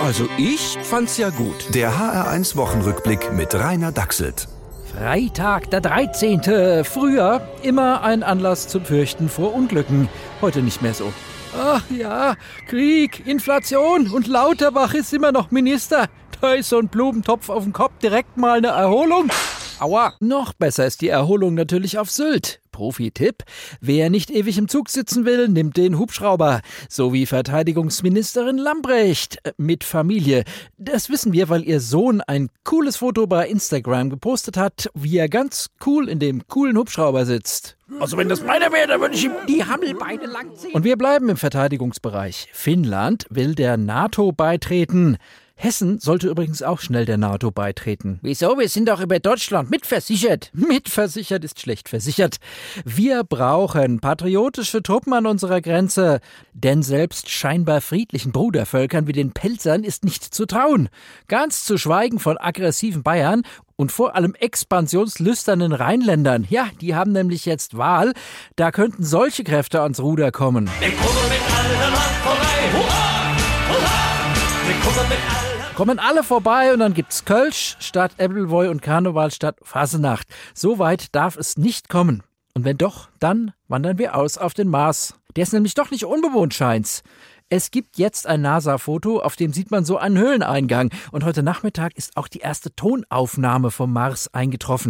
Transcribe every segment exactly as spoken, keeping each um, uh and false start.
Also ich fand's ja gut. Der H R eins Wochenrückblick mit Rainer Dachselt. Freitag, der dreizehnte Früher immer ein Anlass zum Fürchten vor Unglücken. Heute nicht mehr so. Ach ja, Krieg, Inflation und Lauterbach ist immer noch Minister. Da ist so ein Blumentopf auf dem Kopf direkt mal eine Erholung. Aua. Noch besser ist die Erholung natürlich auf Sylt. Profi-Tipp: Wer nicht ewig im Zug sitzen will, nimmt den Hubschrauber. So wie Verteidigungsministerin Lambrecht mit Familie. Das wissen wir, weil ihr Sohn ein cooles Foto bei Instagram gepostet hat, wie er ganz cool in dem coolen Hubschrauber sitzt. Also wenn das meiner wäre, dann würde ich ihm die Hammelbeine langziehen. Und wir bleiben im Verteidigungsbereich. Finnland will der NATO beitreten. Hessen sollte übrigens auch schnell der NATO beitreten. Wieso? Wir sind doch über Deutschland mitversichert. Mitversichert ist schlecht versichert. Wir brauchen patriotische Truppen an unserer Grenze. Denn selbst scheinbar friedlichen Brudervölkern wie den Pelzern ist nicht zu trauen. Ganz zu schweigen von aggressiven Bayern und vor allem expansionslüsternen Rheinländern. Ja, die haben nämlich jetzt Wahl. Da könnten solche Kräfte ans Ruder kommen. Wir kommen mit allen Mann vorbei. Hurra! Hurra! Wir kommen mit allen. Kommen alle vorbei und dann gibt's Kölsch statt Ebbelwoi und Karneval statt Fasenacht. So weit darf es nicht kommen. Und wenn doch, dann wandern wir aus auf den Mars. Der ist nämlich doch nicht unbewohnt, scheint's. Es gibt jetzt ein NASA-Foto, auf dem sieht man so einen Höhleneingang. Und heute Nachmittag ist auch die erste Tonaufnahme vom Mars eingetroffen.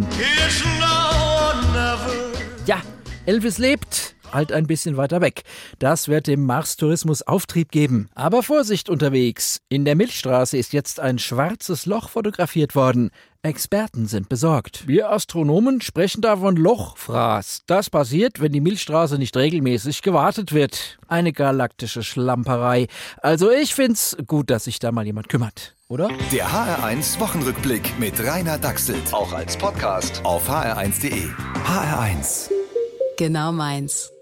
Ja, Elvis lebt. Halt ein bisschen weiter weg. Das wird dem Mars-Tourismus Auftrieb geben. Aber Vorsicht unterwegs. In der Milchstraße ist jetzt ein schwarzes Loch fotografiert worden. Experten sind besorgt. Wir Astronomen sprechen da von Lochfraß. Das passiert, wenn die Milchstraße nicht regelmäßig gewartet wird. Eine galaktische Schlamperei. Also ich find's gut, dass sich da mal jemand kümmert. Oder? Der H R eins Wochenrückblick mit Rainer Dachselt. Auch als Podcast auf h r eins punkt de. H R eins. Genau meins.